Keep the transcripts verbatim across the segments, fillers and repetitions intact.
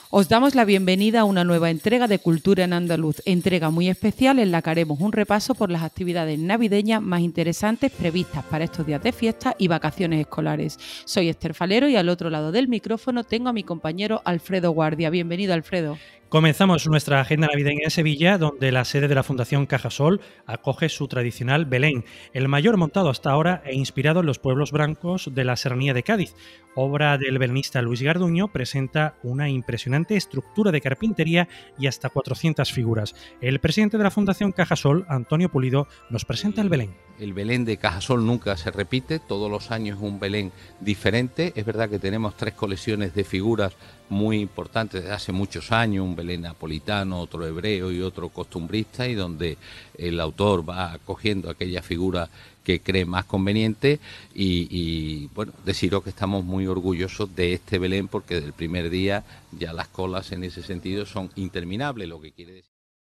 Os damos la bienvenida a una nueva entrega de Cultura en Andaluz, entrega muy especial en la que haremos un repaso por las actividades navideñas más interesantes previstas para estos días de fiesta y vacaciones escolares. Soy Esther Falero y al otro lado del micrófono tengo a mi compañero Alfredo Guardia. Bienvenido, Alfredo. Comenzamos nuestra agenda navideña en Sevilla, donde la sede de la Fundación Cajasol acoge su tradicional Belén, el mayor montado hasta ahora e inspirado en los pueblos blancos de la Serranía de Cádiz. Obra del belenista Luis Garduño, presenta una impresionante estructura de carpintería y hasta cuatrocientas figuras. El presidente de la Fundación Cajasol, Antonio Pulido, nos presenta el Belén. El Belén de Cajasol nunca se repite, todos los años es un Belén diferente. Es verdad que tenemos tres colecciones de figuras muy importantes desde hace muchos años, un Belén napolitano, otro hebreo y otro costumbrista, y donde el autor va cogiendo aquella figura que cree más conveniente y, y bueno, deciros que estamos muy orgullosos de este Belén porque desde el primer día ya las colas en ese sentido son interminables, lo que quiere decir.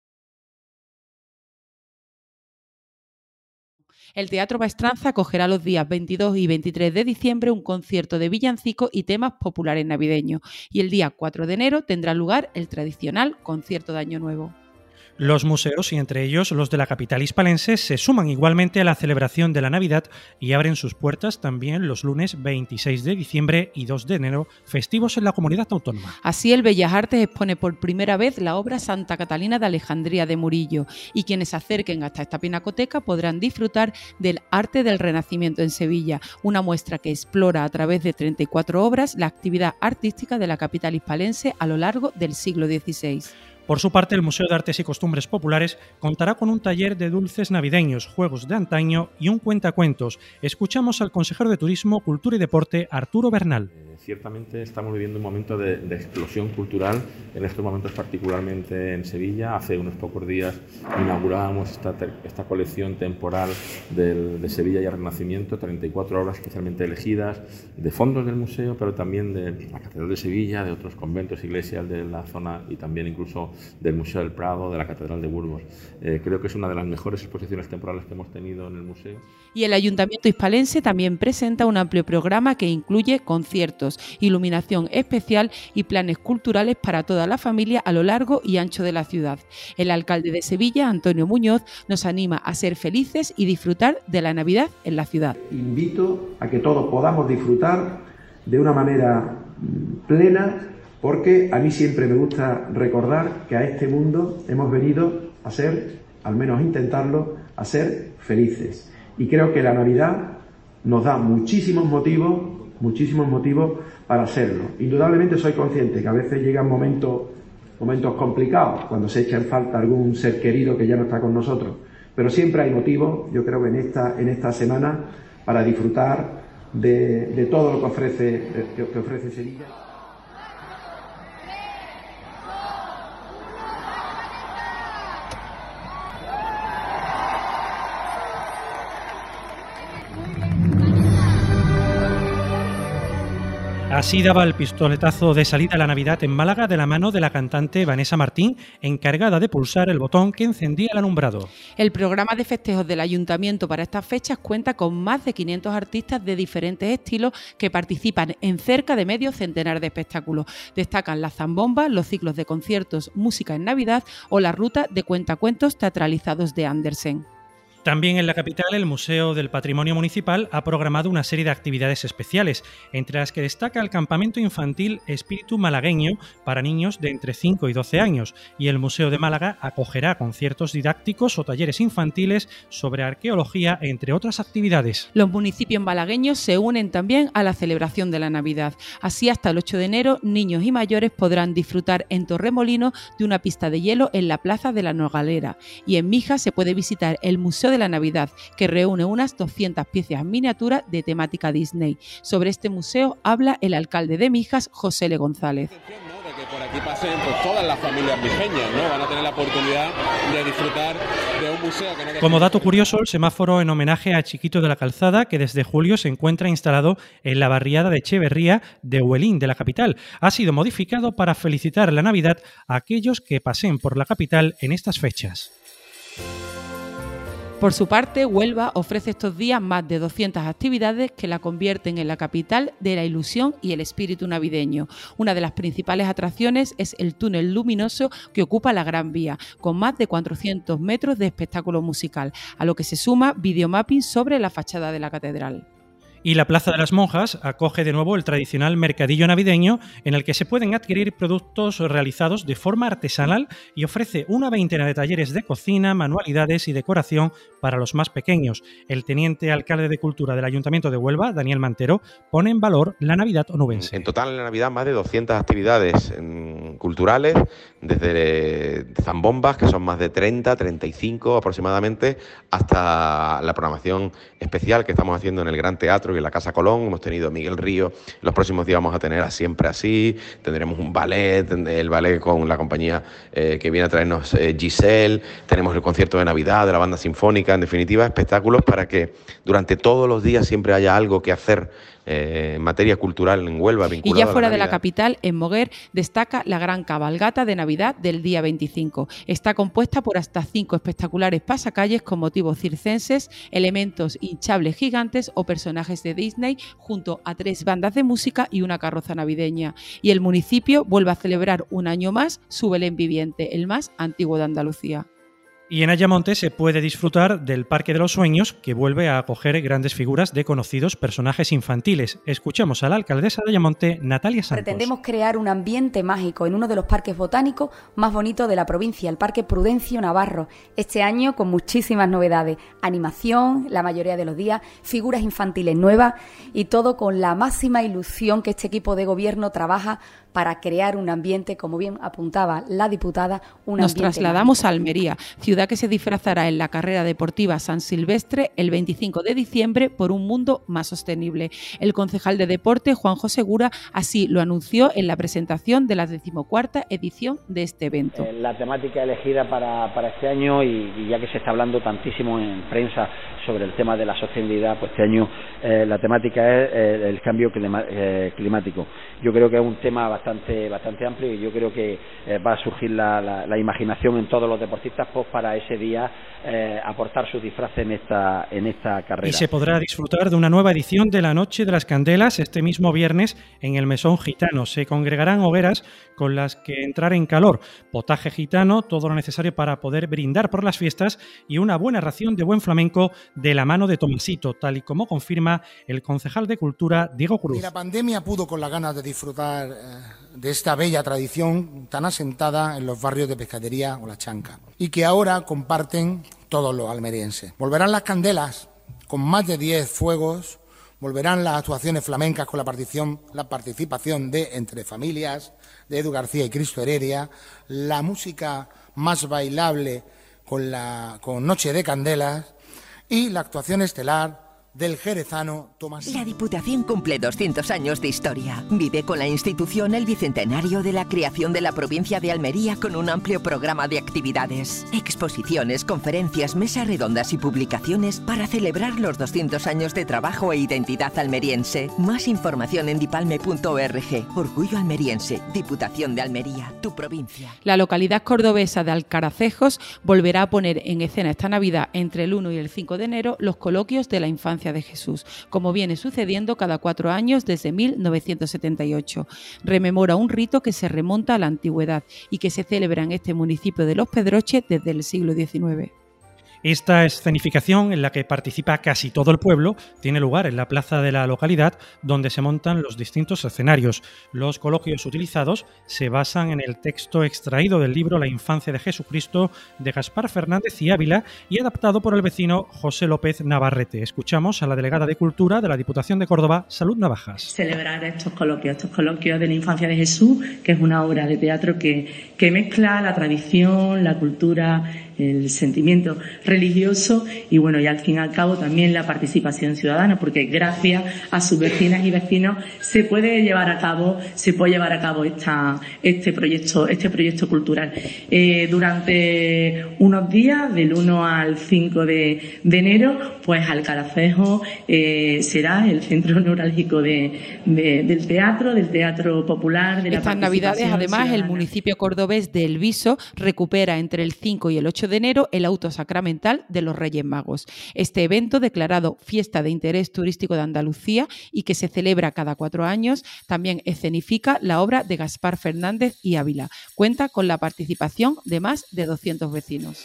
El Teatro Maestranza acogerá los días veintidós y veintitrés de diciembre un concierto de villancicos y temas populares navideños, y el día cuatro de enero tendrá lugar el tradicional concierto de Año Nuevo. Los museos, y entre ellos los de la capital hispalense, se suman igualmente a la celebración de la Navidad y abren sus puertas también los lunes veintiséis de diciembre y dos de enero, festivos en la comunidad autónoma. Así, el Bellas Artes expone por primera vez la obra Santa Catalina de Alejandría de Murillo, y quienes se acerquen hasta esta pinacoteca podrán disfrutar del arte del Renacimiento en Sevilla, una muestra que explora a través de treinta y cuatro obras la actividad artística de la capital hispalense a lo largo del siglo dieciséis. Por su parte, el Museo de Artes y Costumbres Populares contará con un taller de dulces navideños, juegos de antaño y un cuentacuentos. Escuchamos al consejero de Turismo, Cultura y Deporte, Arturo Bernal. Eh, ciertamente estamos viviendo un momento de, de explosión cultural, en estos momentos particularmente en Sevilla. Hace unos pocos días inaugurábamos esta, esta colección temporal del, de Sevilla y el Renacimiento, treinta y cuatro obras especialmente elegidas de fondos del museo, pero también de la Catedral de Sevilla, de otros conventos, iglesias de la zona y también incluso del Museo del Prado, de la Catedral de Burgos. Eh, creo que es una de las mejores exposiciones temporales que hemos tenido en el museo. Y el Ayuntamiento hispalense también presenta un amplio programa que incluye conciertos, iluminación especial y planes culturales para toda la familia a lo largo y ancho de la ciudad. El alcalde de Sevilla, Antonio Muñoz, nos anima a ser felices y disfrutar de la Navidad en la ciudad. Invito a que todos podamos disfrutar de una manera plena, porque a mí siempre me gusta recordar que a este mundo hemos venido a ser, al menos intentarlo, a ser felices. Y creo que la Navidad nos da muchísimos motivos, muchísimos motivos para hacerlo. Indudablemente soy consciente que a veces llegan momentos, momentos complicados, cuando se echa en falta algún ser querido que ya no está con nosotros. Pero siempre hay motivos, yo creo que en esta, en esta semana, para disfrutar de, de todo lo que ofrece, que, que ofrece Sevilla. Así daba el pistoletazo de salida a la Navidad en Málaga de la mano de la cantante Vanessa Martín, encargada de pulsar el botón que encendía el alumbrado. El programa de festejos del Ayuntamiento para estas fechas cuenta con más de quinientos artistas de diferentes estilos que participan en cerca de medio centenar de espectáculos. Destacan las zambombas, los ciclos de conciertos, música en Navidad o la ruta de cuentacuentos teatralizados de Andersen. También en la capital, el Museo del Patrimonio Municipal ha programado una serie de actividades especiales, entre las que destaca el campamento infantil Espíritu Malagueño para niños de entre cinco y doce años, y el Museo de Málaga acogerá conciertos didácticos o talleres infantiles sobre arqueología, entre otras actividades. Los municipios malagueños se unen también a la celebración de la Navidad. Así, hasta el ocho de enero, niños y mayores podrán disfrutar en Torremolinos de una pista de hielo en la Plaza de la Nogalera, y en Mijas se puede visitar el Museo de la Navidad, que reúne unas doscientas piezas miniaturas de temática Disney. Sobre este museo habla el alcalde de Mijas, José L. González. Que por aquí pasen pues todas las familias mijeñas, ¿no? Van a tener la oportunidad de disfrutar de un museo que no... Como dato curioso, el semáforo en homenaje a Chiquito de la Calzada, que desde julio se encuentra instalado en la barriada de Echeverría de Huelín, de la capital, ha sido modificado para felicitar la Navidad a aquellos que pasen por la capital en estas fechas. Por su parte, Huelva ofrece estos días más de doscientas actividades que la convierten en la capital de la ilusión y el espíritu navideño. Una de las principales atracciones es el túnel luminoso que ocupa la Gran Vía, con más de cuatrocientos metros de espectáculo musical, a lo que se suma videomapping sobre la fachada de la catedral. Y la Plaza de las Monjas acoge de nuevo el tradicional mercadillo navideño en el que se pueden adquirir productos realizados de forma artesanal y ofrece una veintena de talleres de cocina, manualidades y decoración para los más pequeños. El teniente alcalde de Cultura del Ayuntamiento de Huelva, Daniel Mantero, pone en valor la Navidad onubense. En total en la Navidad más de doscientas actividades eh, culturales, desde zambombas, que son más de treinta, treinta y cinco aproximadamente, hasta la programación especial que estamos haciendo en el Gran Teatro y en la Casa Colón. Hemos tenido Miguel Río, los próximos días vamos a tener a Siempre Así, tendremos un ballet, el ballet con la compañía eh, que viene a traernos eh, Giselle, tenemos el concierto de Navidad de la banda sinfónica, en definitiva espectáculos para que durante todos los días siempre haya algo que hacer eh, en materia cultural en Huelva. Y ya fuera de la capital, en Moguer, destaca la gran cabalgata de Navidad del día veinticinco. Está compuesta por hasta cinco espectaculares pasacalles con motivos circenses, elementos hinchables gigantes o personajes de Disney, junto a tres bandas de música y una carroza navideña. Y el municipio vuelve a celebrar un año más su Belén viviente, el más antiguo de Andalucía. Y en Ayamonte se puede disfrutar del Parque de los Sueños, que vuelve a acoger grandes figuras de conocidos personajes infantiles. Escuchamos a la alcaldesa de Ayamonte, Natalia Santos. Pretendemos crear un ambiente mágico en uno de los parques botánicos más bonitos de la provincia, el Parque Prudencio Navarro. Este año con muchísimas novedades, animación, la mayoría de los días, figuras infantiles nuevas y todo con la máxima ilusión que este equipo de gobierno trabaja para crear un ambiente, como bien apuntaba la diputada, un Nos ambiente trasladamos mágico. a Almería, ciudad que se disfrazará en la carrera deportiva San Silvestre el veinticinco de diciembre por un mundo más sostenible. El concejal de deporte, Juanjo Segura, así lo anunció en la presentación de la decimocuarta edición de este evento. Eh, la temática elegida para, para este año, y, y ya que se está hablando tantísimo en prensa sobre el tema de la sostenibilidad, pues este año eh, la temática es eh, el cambio clima, eh, climático. Yo creo que es un tema bastante bastante amplio y yo creo que eh, va a surgir la, la, la imaginación en todos los deportistas pues para ese día eh, aportar sus disfraces en esta en esta carrera. Y se podrá disfrutar de una nueva edición de la Noche de las Candelas este mismo viernes en el Mesón Gitano. Se congregarán hogueras con las que entrar en calor, potaje gitano, todo lo necesario para poder brindar por las fiestas y una buena ración de buen flamenco de la mano de Tomasito, tal y como confirma el concejal de Cultura, Diego Cruz. Y la pandemia pudo con las ganas de disfrutar eh, de esta bella tradición tan asentada en los barrios de Pescadería o La Chanca y que ahora comparten todos los almerienses. Volverán las candelas con más de diez fuegos, volverán las actuaciones flamencas con la participación, la participación de Entre Familias, de Edu García y Cristo Heredia, la música más bailable con, la, con Noche de Candelas y la actuación estelar del jerezano Tomás. La Diputación cumple doscientos años de historia. Vive con la institución el bicentenario de la creación de la provincia de Almería con un amplio programa de actividades, exposiciones, conferencias, mesas redondas y publicaciones para celebrar los doscientos años de trabajo e identidad almeriense. Más información en dipalme punto org. Orgullo almeriense, Diputación de Almería, tu provincia. La localidad cordobesa de Alcaracejos volverá a poner en escena esta Navidad entre el uno y el cinco de enero los coloquios de la infancia de Jesús, como viene sucediendo cada cuatro años desde mil novecientos setenta y ocho. Rememora un rito que se remonta a la antigüedad y que se celebra en este municipio de Los Pedroches desde el siglo diecinueve. Esta escenificación, en la que participa casi todo el pueblo, tiene lugar en la plaza de la localidad, donde se montan los distintos escenarios. Los coloquios utilizados se basan en el texto extraído del libro La infancia de Jesucristo de Gaspar Fernández y Ávila y adaptado por el vecino José López Navarrete. Escuchamos a la delegada de Cultura de la Diputación de Córdoba, Salud Navajas. Celebrar estos coloquios, estos coloquios de la infancia de Jesús, que es una obra de teatro que, que mezcla la tradición, la cultura, el sentimiento religioso y bueno, y al fin y al cabo también la participación ciudadana, porque gracias a sus vecinas y vecinos se puede llevar a cabo, se puede llevar a cabo esta, este proyecto, este proyecto cultural. Eh, durante unos días, del uno al cinco de, de enero, pues Alcaracejo eh, será el centro neurálgico de, de, del teatro, del teatro popular, de la Estas Navidades, además, ciudadana. El municipio cordobés de El Viso recupera entre el cinco y el ocho de enero el auto sacramental de los Reyes Magos. Este evento, declarado Fiesta de Interés Turístico de Andalucía y que se celebra cada cuatro años, también escenifica la obra de Gaspar Fernández y Ávila. Cuenta con la participación de más de doscientos vecinos.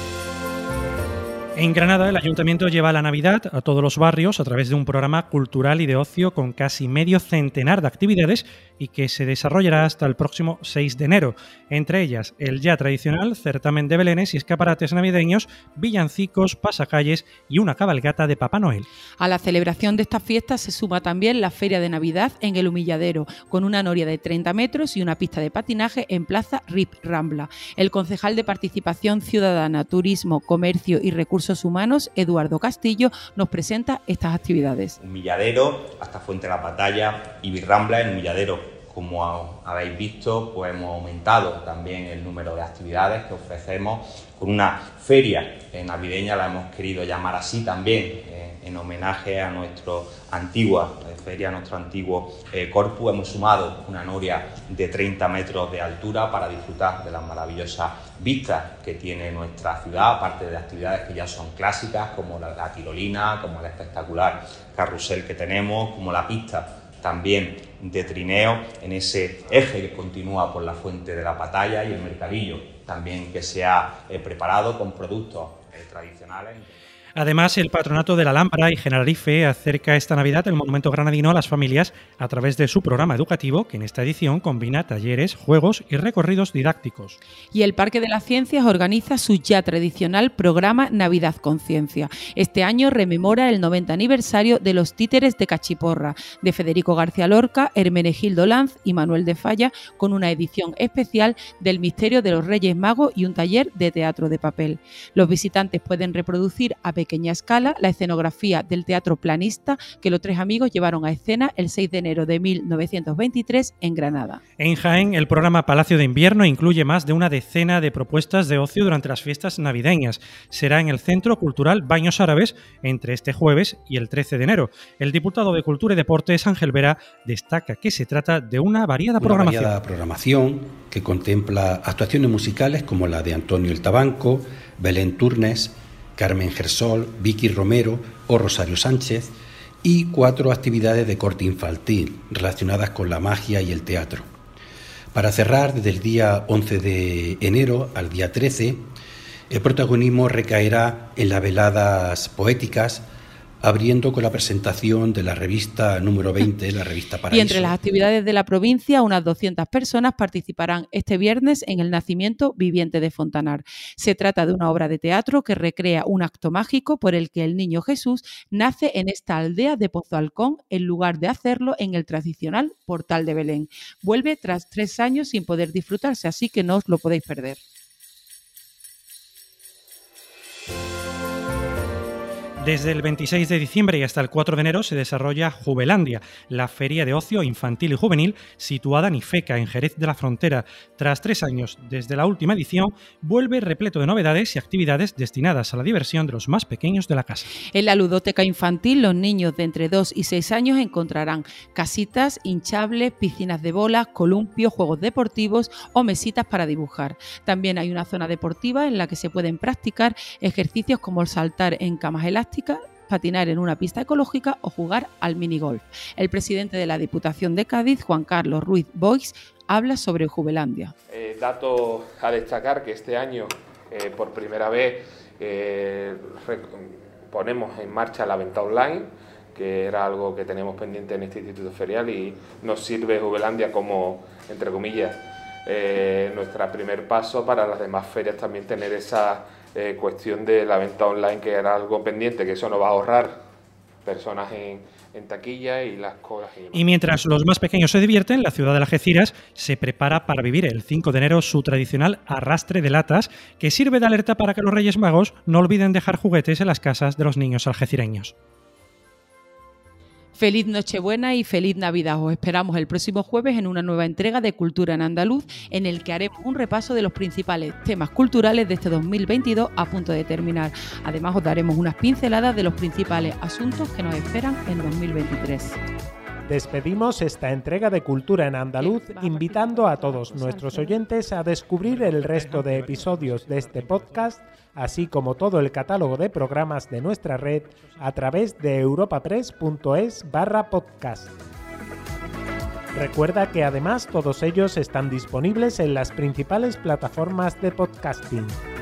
En Granada, el Ayuntamiento lleva la Navidad a todos los barrios a través de un programa cultural y de ocio con casi medio centenar de actividades y que se desarrollará hasta el próximo seis de enero. Entre ellas, el ya tradicional certamen de belenes y escaparates navideños, villancicos, pasacalles y una cabalgata de Papá Noel. A la celebración de estas fiestas se suma también la Feria de Navidad en el Humilladero, con una noria de treinta metros y una pista de patinaje en Plaza Rip Rambla. El concejal de Participación Ciudadana, Turismo, Comercio y Recursos Humanos, Eduardo Castillo, nos presenta estas actividades. Humilladero hasta Fuente de la Batalla y Birrambla en Humilladero. Como habéis visto, pues hemos aumentado también el número de actividades que ofrecemos con una feria navideña, la hemos querido llamar así también, eh, en homenaje a nuestra antigua eh, feria, a nuestro antiguo eh, corpus. Hemos sumado una noria de treinta metros de altura para disfrutar de las maravillosas vistas que tiene nuestra ciudad, aparte de actividades que ya son clásicas, como la, la tirolina, como el espectacular carrusel que tenemos, como la pista también de trineo en ese eje que continúa por la Fuente de la Batalla, y el mercadillo también que se ha eh, preparado con productos eh, tradicionales. Además, el Patronato de la Lámpara y Generalife acerca esta Navidad el monumento granadino a las familias a través de su programa educativo, que en esta edición combina talleres, juegos y recorridos didácticos. Y el Parque de las Ciencias organiza su ya tradicional programa Navidad Conciencia. Este año rememora el noventa aniversario de Los Títeres de Cachiporra, de Federico García Lorca, Hermenegildo Lanz y Manuel de Falla, con una edición especial del Misterio de los Reyes Magos y un taller de teatro de papel. Los visitantes pueden reproducir a pequeña escala la escenografía del teatro planista que los tres amigos llevaron a escena el seis de enero de mil novecientos veintitrés en Granada. En Jaén, el programa Palacio de Invierno incluye más de una decena de propuestas de ocio durante las fiestas navideñas. Será en el Centro Cultural Baños Árabes entre este jueves y el trece de enero. El diputado de Cultura y Deportes, Ángel Vera, destaca que se trata de una variada una programación. Variada programación que contempla actuaciones musicales como la de Antonio el Tabanco, Belén Turnes, Carmen Gersol, Vicky Romero o Rosario Sánchez, y cuatro actividades de corte infantil relacionadas con la magia y el teatro. Para cerrar, desde el día once de enero al día trece, el protagonismo recaerá en las veladas poéticas, abriendo con la presentación de la revista número veinte, la revista Paraíso. Y entre las actividades de la provincia, unas doscientas personas participarán este viernes en el Nacimiento Viviente de Fontanar. Se trata de una obra de teatro que recrea un acto mágico por el que el niño Jesús nace en esta aldea de Pozo Alcón, en lugar de hacerlo en el tradicional Portal de Belén. Vuelve tras tres años sin poder disfrutarse, así que no os lo podéis perder. Desde el veintiséis de diciembre y hasta el cuatro de enero se desarrolla Jubelandia, la feria de ocio infantil y juvenil situada en Ifeca, en Jerez de la Frontera. Tras tres años desde la última edición, vuelve repleto de novedades y actividades destinadas a la diversión de los más pequeños de la casa. En la ludoteca infantil, los niños de entre dos y seis años encontrarán casitas, hinchables, piscinas de bolas, columpios, juegos deportivos o mesitas para dibujar. También hay una zona deportiva en la que se pueden practicar ejercicios como el saltar en camas elásticas, patinar en una pista ecológica o jugar al minigolf. El presidente de la Diputación de Cádiz, Juan Carlos Ruiz Boix, habla sobre Jubelandia. Eh, dato a destacar que este año, eh, por primera vez, eh, ponemos en marcha la venta online, que era algo que teníamos pendiente en este instituto ferial, y nos sirve Jubelandia como, entre comillas, eh, nuestro primer paso para las demás ferias también tener esa Eh, cuestión de la venta online, que era algo pendiente, que eso nos va a ahorrar personas en, en taquilla y las colas. Y, y mientras los más pequeños se divierten, la ciudad de Algeciras se prepara para vivir el cinco de enero su tradicional arrastre de latas, que sirve de alerta para que los Reyes Magos no olviden dejar juguetes en las casas de los niños algecireños. Feliz Nochebuena y feliz Navidad. Os esperamos el próximo jueves en una nueva entrega de Cultura en Andaluz, en el que haremos un repaso de los principales temas culturales de este dos mil veintidós a punto de terminar. Además, os daremos unas pinceladas de los principales asuntos que nos esperan en dos mil veintitrés. Despedimos esta entrega de Cultura en Andaluz invitando a todos nuestros oyentes a descubrir el resto de episodios de este podcast, así como todo el catálogo de programas de nuestra red a través de europapress.es barra podcast. Recuerda que además todos ellos están disponibles en las principales plataformas de podcasting.